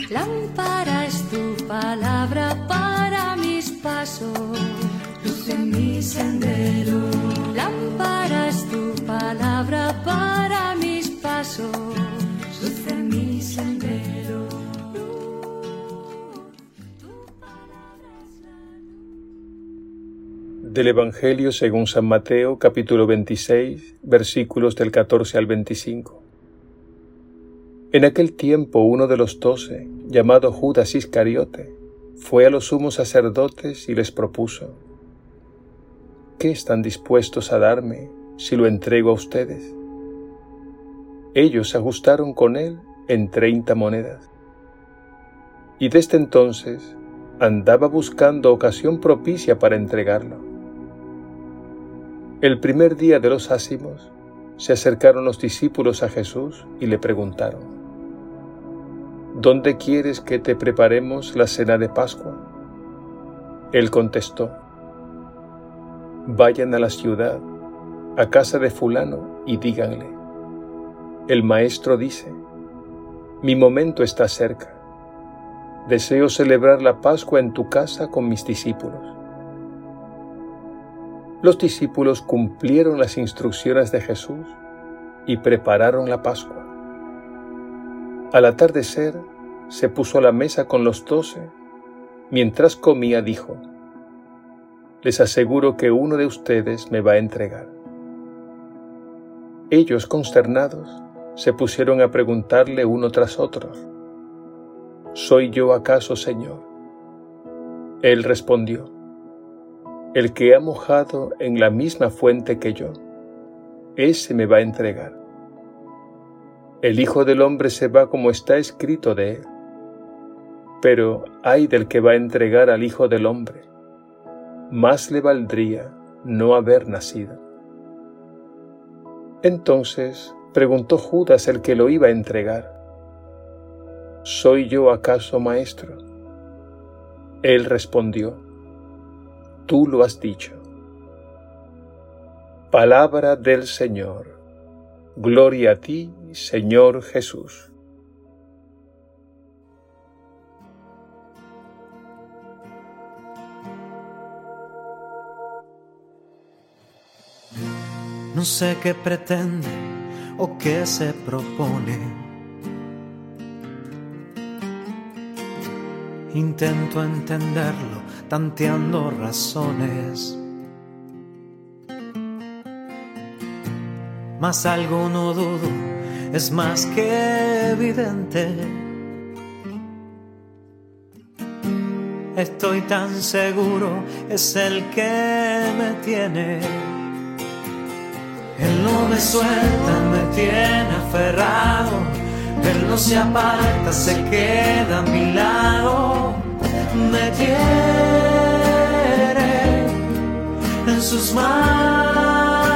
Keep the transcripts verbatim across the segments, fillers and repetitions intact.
Lámpara es tu palabra para mis pasos, luz en mi sendero. Lámpara es tu palabra para mis pasos, luz en mi sendero. Del Evangelio según San Mateo, capítulo veintiséis, versículos del catorce al veinticinco. En aquel tiempo uno de los doce, llamado Judas Iscariote, fue a los sumos sacerdotes y les propuso: ¿qué están dispuestos a darme si lo entrego a ustedes? Ellos se ajustaron con él en treinta monedas. Y desde entonces andaba buscando ocasión propicia para entregarlo. El primer día de los ácimos se acercaron los discípulos a Jesús y le preguntaron: ¿dónde quieres que te preparemos la cena de Pascua? Él contestó: vayan a la ciudad, a casa de fulano, y díganle: el maestro dice, mi momento está cerca. Deseo celebrar la Pascua en tu casa con mis discípulos. Los discípulos cumplieron las instrucciones de Jesús y prepararon la Pascua. Al atardecer, se puso a la mesa con los doce. Mientras comía, dijo: les aseguro que uno de ustedes me va a entregar. Ellos, consternados, se pusieron a preguntarle uno tras otro: ¿soy yo acaso, Señor? Él respondió: el que ha mojado en la misma fuente que yo, ese me va a entregar. El Hijo del Hombre se va como está escrito de él. Pero ay del que va a entregar al Hijo del Hombre. Más le valdría no haber nacido. Entonces preguntó Judas, el que lo iba a entregar: ¿soy yo acaso, maestro? Él respondió: tú lo has dicho. Palabra del Señor. Gloria a ti, Señor Jesús. No sé qué pretende o qué se propone. Intento entenderlo, tanteando razones. Mas algo no dudo, es más que evidente. Estoy tan seguro, es el que me tiene. Él no me suelta, me tiene aferrado. Él no se aparta, se queda a mi lado. Me tiene en sus manos.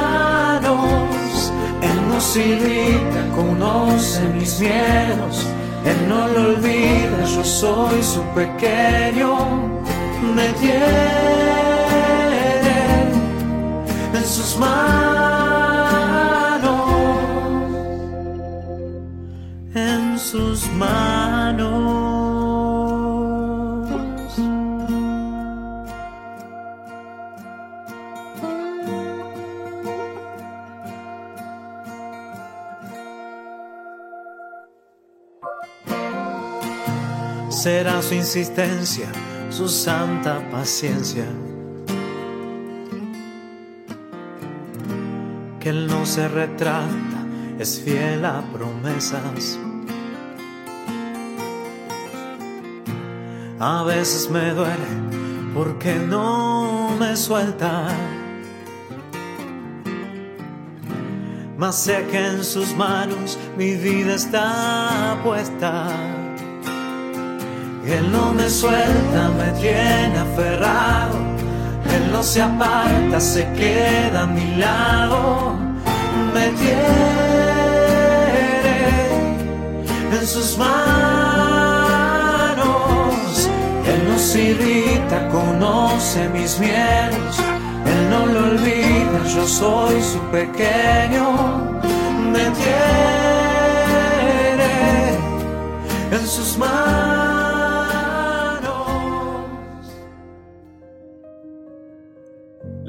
Él no se irrita, conoce mis miedos. Él no lo olvida, yo soy su pequeño. Me tiene en sus manos, en sus manos. Será su insistencia, su santa paciencia, que Él no se retrata, es fiel a promesas. A veces me duele porque no me suelta, mas sé que en sus manos mi vida está puesta. Él no me suelta, me tiene aferrado. Él no se aparta, se queda a mi lado. Me tiene en sus manos. Él no se irrita, conoce mis miedos. Él no lo olvida, yo soy su pequeño. Me tiene en sus manos.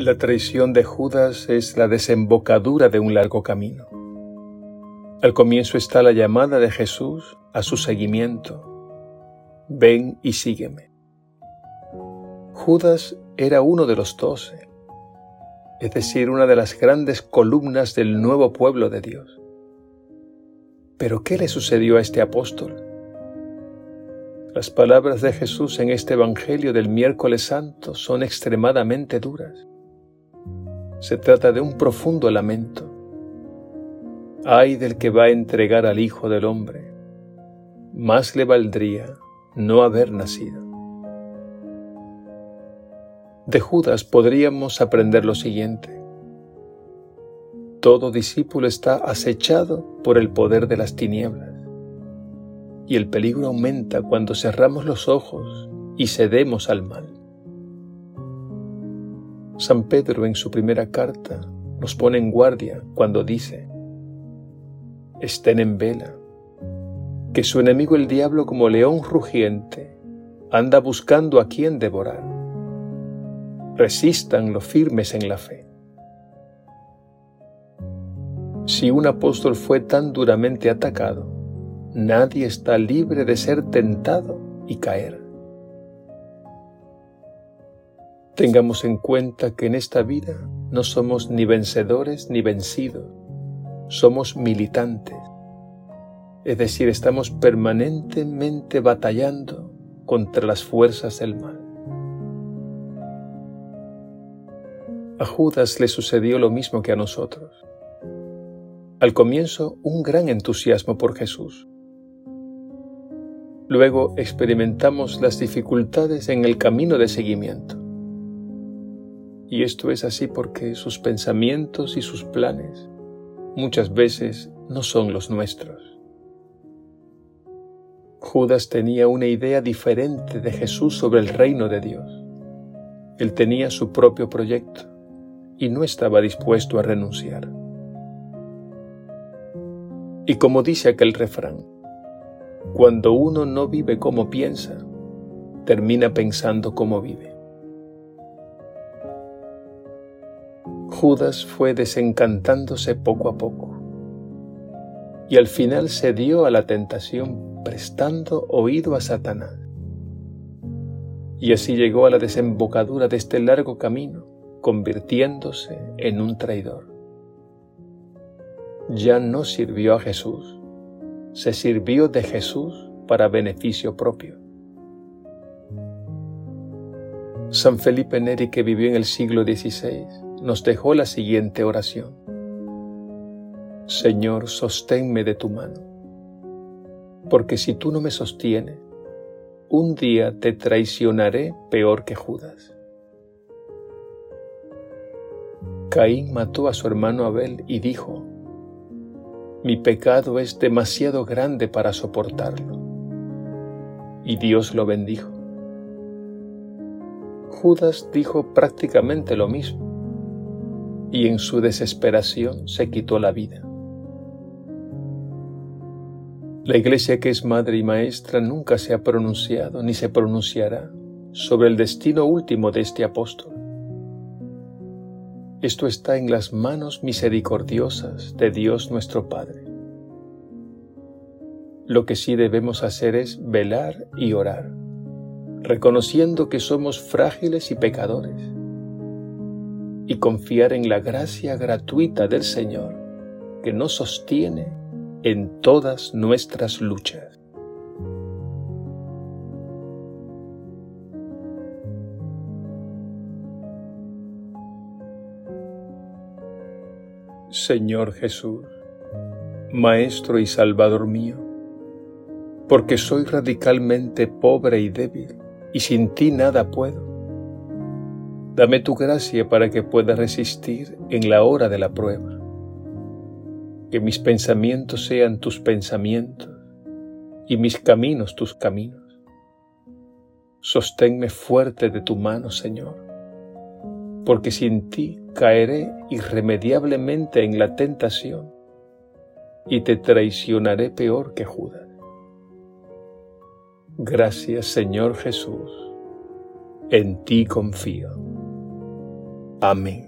La traición de Judas es la desembocadura de un largo camino. Al comienzo está la llamada de Jesús a su seguimiento. Ven y sígueme. Judas era uno de los doce, es decir, una de las grandes columnas del nuevo pueblo de Dios. ¿Pero qué le sucedió a este apóstol? Las palabras de Jesús en este Evangelio del Miércoles Santo son extremadamente duras. Se trata de un profundo lamento. Ay del que va a entregar al Hijo del Hombre. Más le valdría no haber nacido. De Judas podríamos aprender lo siguiente. Todo discípulo está acechado por el poder de las tinieblas, y el peligro aumenta cuando cerramos los ojos y cedemos al mal. San Pedro en su primera carta nos pone en guardia cuando dice: estén en vela, que su enemigo el diablo como león rugiente anda buscando a quien devorar. Resistan los firmes en la fe. Si un apóstol fue tan duramente atacado, nadie está libre de ser tentado y caer. Tengamos en cuenta que en esta vida no somos ni vencedores ni vencidos, somos militantes, es decir, estamos permanentemente batallando contra las fuerzas del mal. A Judas le sucedió lo mismo que a nosotros. Al comienzo, un gran entusiasmo por Jesús. Luego experimentamos las dificultades en el camino de seguimiento. Y esto es así porque sus pensamientos y sus planes muchas veces no son los nuestros. Judas tenía una idea diferente de Jesús sobre el reino de Dios. Él tenía su propio proyecto y no estaba dispuesto a renunciar. Y como dice aquel refrán, cuando uno no vive como piensa, termina pensando como vive. Judas fue desencantándose poco a poco y al final cedió a la tentación prestando oído a Satanás. Y así llegó a la desembocadura de este largo camino, convirtiéndose en un traidor. Ya no sirvió a Jesús, se sirvió de Jesús para beneficio propio. San Felipe Neri, que vivió en el siglo dieciséis, nos dejó la siguiente oración: Señor, sosténme de tu mano, porque si tú no me sostienes, un día te traicionaré peor que Judas. Caín mató a su hermano Abel y dijo: mi pecado es demasiado grande para soportarlo. Y Dios lo bendijo. Judas dijo prácticamente lo mismo, y en su desesperación se quitó la vida. La Iglesia, que es madre y maestra, nunca se ha pronunciado ni se pronunciará sobre el destino último de este apóstol. Esto está en las manos misericordiosas de Dios nuestro Padre. Lo que sí debemos hacer es velar y orar, reconociendo que somos frágiles y pecadores, y confiar en la gracia gratuita del Señor, que nos sostiene en todas nuestras luchas. Señor Jesús, Maestro y Salvador mío, porque soy radicalmente pobre y débil, y sin ti nada puedo. Dame tu gracia para que pueda resistir en la hora de la prueba. Que mis pensamientos sean tus pensamientos, y mis caminos tus caminos. Sosténme fuerte de tu mano, Señor, porque sin ti caeré irremediablemente en la tentación y te traicionaré peor que Judas. Gracias, Señor Jesús, en ti confío. Amén.